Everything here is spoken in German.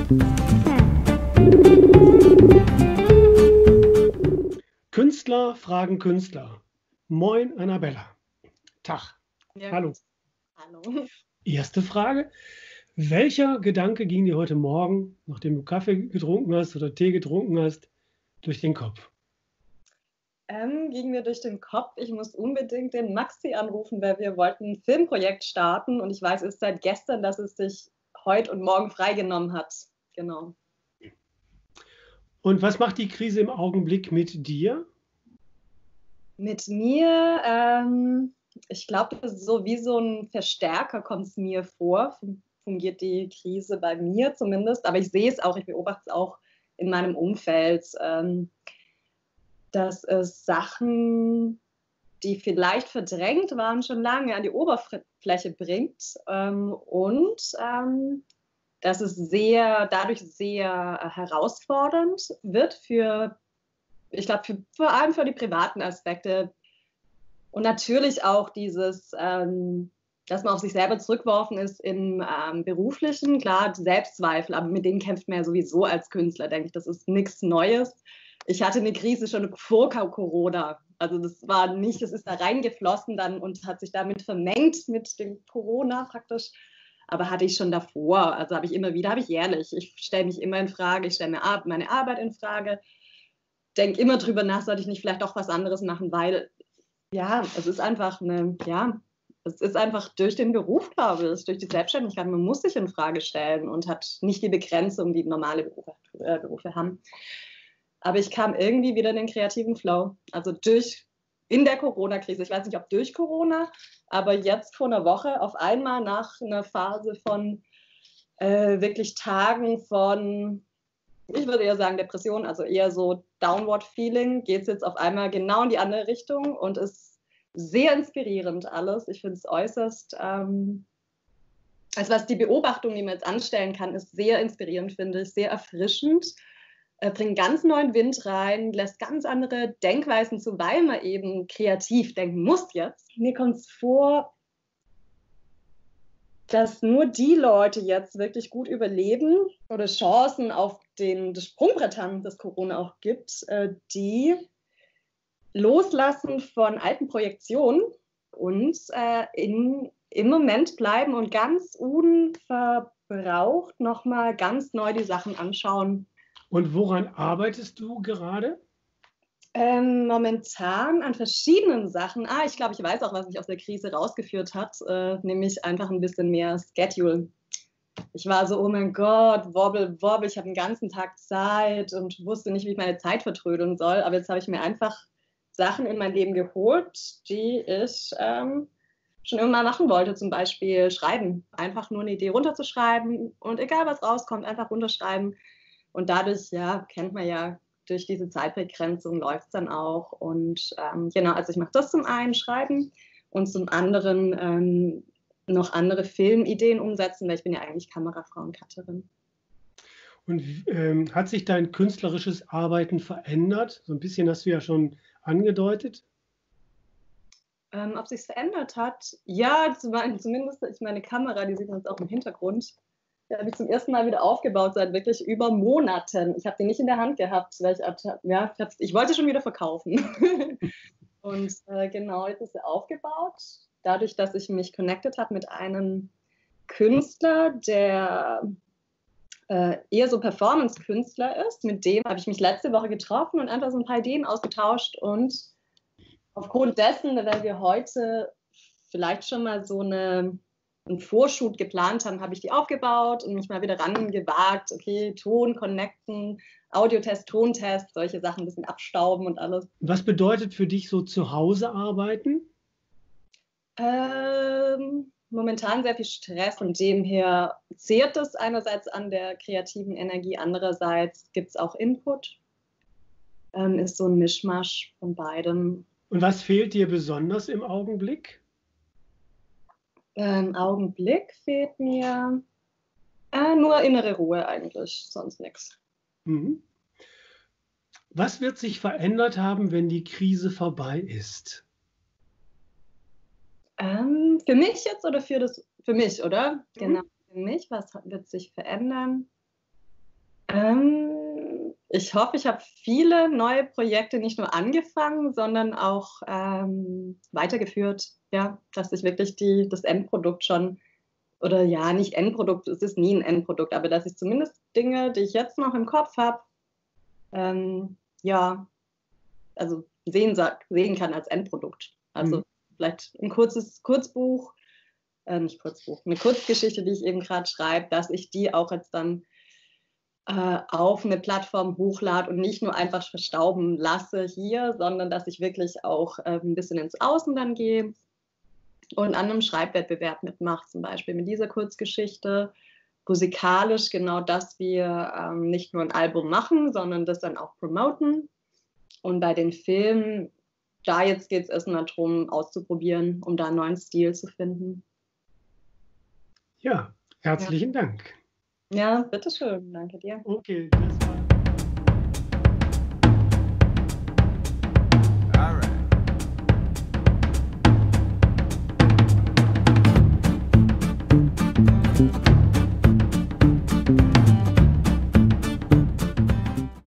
Künstler fragen Künstler. Moin, Annabella. Tag. Ja, Hallo. gut. Hallo. Erste Frage. Welcher Gedanke ging dir heute Morgen, nachdem du Kaffee getrunken hast oder Tee getrunken hast, durch den Kopf? Ging mir durch den Kopf, ich muss unbedingt den Maxi anrufen, weil wir wollten ein Filmprojekt starten und ich weiß erst seit gestern, dass es sich heute und morgen freigenommen hat. Genau. Und was macht die Krise im Augenblick mit dir? Mit mir, ich glaube, so wie so ein Verstärker kommt es mir vor, fungiert die Krise bei mir zumindest, aber ich sehe es auch, ich beobachte es auch in meinem Umfeld, dass es Sachen, die vielleicht verdrängt waren, schon lange an die Oberfläche bringt dass es dadurch sehr herausfordernd wird ich glaube, vor allem für die privaten Aspekte und natürlich auch dass man auf sich selber zurückgeworfen ist im beruflichen, klar, Selbstzweifel, aber mit denen kämpft man ja sowieso als Künstler, denke ich, das ist nichts Neues. Ich hatte eine Krise schon vor Corona. Also das ist da reingeflossen dann und hat sich damit vermengt mit dem Corona praktisch. Aber hatte ich schon davor. Also habe ich jährlich. Ich stelle mich immer in Frage, ich stelle mir meine Arbeit in Frage, denke immer drüber nach, sollte ich nicht vielleicht doch was anderes machen, weil ja, es ist einfach durch den Beruf, glaube ich, durch die Selbstständigkeit, man muss sich in Frage stellen und hat nicht die Begrenzung, die normale Berufe haben. Aber ich kam irgendwie wieder in den kreativen Flow. Also in der Corona-Krise, ich weiß nicht, ob durch Corona, aber jetzt vor einer Woche auf einmal nach einer Phase von wirklich Tagen von, ich würde eher sagen Depression, also eher so Downward Feeling, geht es jetzt auf einmal genau in die andere Richtung und ist sehr inspirierend alles. Ich finde es äußerst, also was die Beobachtung, die man jetzt anstellen kann, ist sehr inspirierend, finde ich, sehr erfrischend. Bringt ganz neuen Wind rein, lässt ganz andere Denkweisen zu, weil man eben kreativ denken muss jetzt. Mir kommt es vor, dass nur die Leute jetzt wirklich gut überleben oder Chancen auf das Sprungbrett haben, das Corona auch gibt, die loslassen von alten Projektionen und im Moment bleiben und ganz unverbraucht nochmal ganz neu die Sachen anschauen. Und woran arbeitest du gerade? Momentan an verschiedenen Sachen. Ich glaube, ich weiß auch, was mich aus der Krise rausgeführt hat, nämlich einfach ein bisschen mehr Schedule. Ich war so, oh mein Gott, wobbel, wobbel, ich habe den ganzen Tag Zeit und wusste nicht, wie ich meine Zeit vertrödeln soll. Aber jetzt habe ich mir einfach Sachen in mein Leben geholt, die ich schon immer machen wollte. Zum Beispiel schreiben. Einfach nur eine Idee runterzuschreiben und egal was rauskommt, einfach runterschreiben. Und dadurch, ja, kennt man ja, durch diese Zeitbegrenzung läuft es dann auch. Und genau, also ich mache das zum einen, schreiben und zum anderen noch andere Filmideen umsetzen, weil ich bin ja eigentlich Kamerafrau und Cutterin. Und hat sich dein künstlerisches Arbeiten verändert? So ein bisschen hast du ja schon angedeutet. Ob sich es verändert hat? Ja, zumindest meine Kamera, die sieht man jetzt auch im Hintergrund. Die habe ich zum ersten Mal wieder aufgebaut seit wirklich über Monaten. Ich habe die nicht in der Hand gehabt, weil ich wollte schon wieder verkaufen. Und genau, jetzt ist sie aufgebaut. Dadurch, dass ich mich connected habe mit einem Künstler, der eher so Performance-Künstler ist. Mit dem habe ich mich letzte Woche getroffen und einfach so ein paar Ideen ausgetauscht. Und aufgrund dessen, weil wir heute vielleicht schon mal so einen Vorshoot geplant haben, habe ich die aufgebaut und mich mal wieder rangewagt. Okay, Ton, connecten, Audiotest, Tontest, solche Sachen, ein bisschen abstauben und alles. Was bedeutet für dich so zu Hause arbeiten? Momentan sehr viel Stress, von dem her zehrt es einerseits an der kreativen Energie, andererseits gibt es auch Input. Ist so ein Mischmasch von beidem. Und was fehlt dir besonders im Augenblick? Im Augenblick fehlt mir nur innere Ruhe eigentlich, sonst nichts. Mhm. Was wird sich verändert haben, wenn die Krise vorbei ist? Für mich jetzt oder für mich, oder? Mhm. Genau, für mich, was wird sich verändern? Ich hoffe, ich habe viele neue Projekte nicht nur angefangen, sondern auch weitergeführt. Ja, dass ich wirklich das Endprodukt schon, oder ja, nicht Endprodukt, es ist nie ein Endprodukt, aber dass ich zumindest Dinge, die ich jetzt noch im Kopf habe, ja, also sehen kann als Endprodukt. Also vielleicht ein Kurzbuch, nicht Kurzbuch, eine Kurzgeschichte, die ich eben gerade schreibe, dass ich die auch jetzt dann auf eine Plattform hochlade und nicht nur einfach verstauben lasse hier, sondern dass ich wirklich auch ein bisschen ins Außen dann gehe und an einem Schreibwettbewerb mitmache, zum Beispiel mit dieser Kurzgeschichte. Musikalisch genau, dass wir nicht nur ein Album machen, sondern das dann auch promoten. Und bei den Filmen, da jetzt geht es erstmal darum, auszuprobieren, um da einen neuen Stil zu finden. Ja, herzlichen Dank. Ja, bitteschön. Danke dir. Okay, das war